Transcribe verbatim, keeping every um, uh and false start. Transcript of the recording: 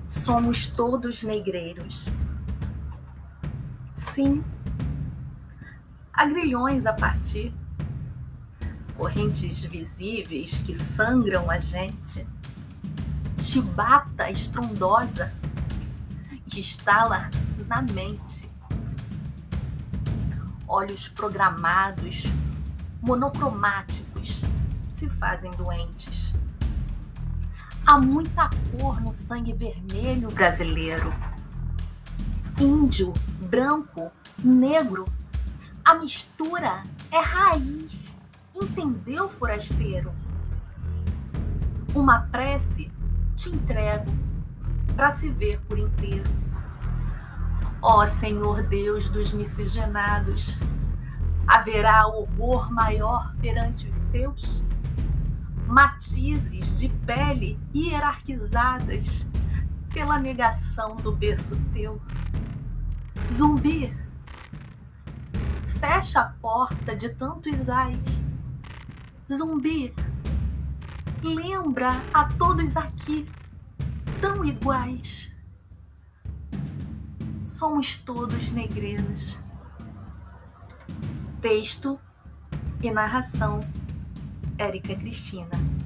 Somos todos negreiros. Sim, há grilhões a partir, correntes visíveis que sangram a gente, chibata estrondosa que estala na mente, olhos programados, monocromáticos, se fazem doentes. Há muita cor no sangue vermelho brasileiro. Índio, branco, negro. A mistura é raiz. Entendeu, forasteiro? Uma prece te entrego para se ver por inteiro. Ó Senhor Deus dos miscigenados, haverá horror maior perante os seus? Matizes de pele hierarquizadas pela negação do berço teu. Zumbi, fecha a porta de tantos ais. Zumbi, lembra a todos aqui tão iguais. Somos todos negreiros. Texto e narração, Érica Cristina.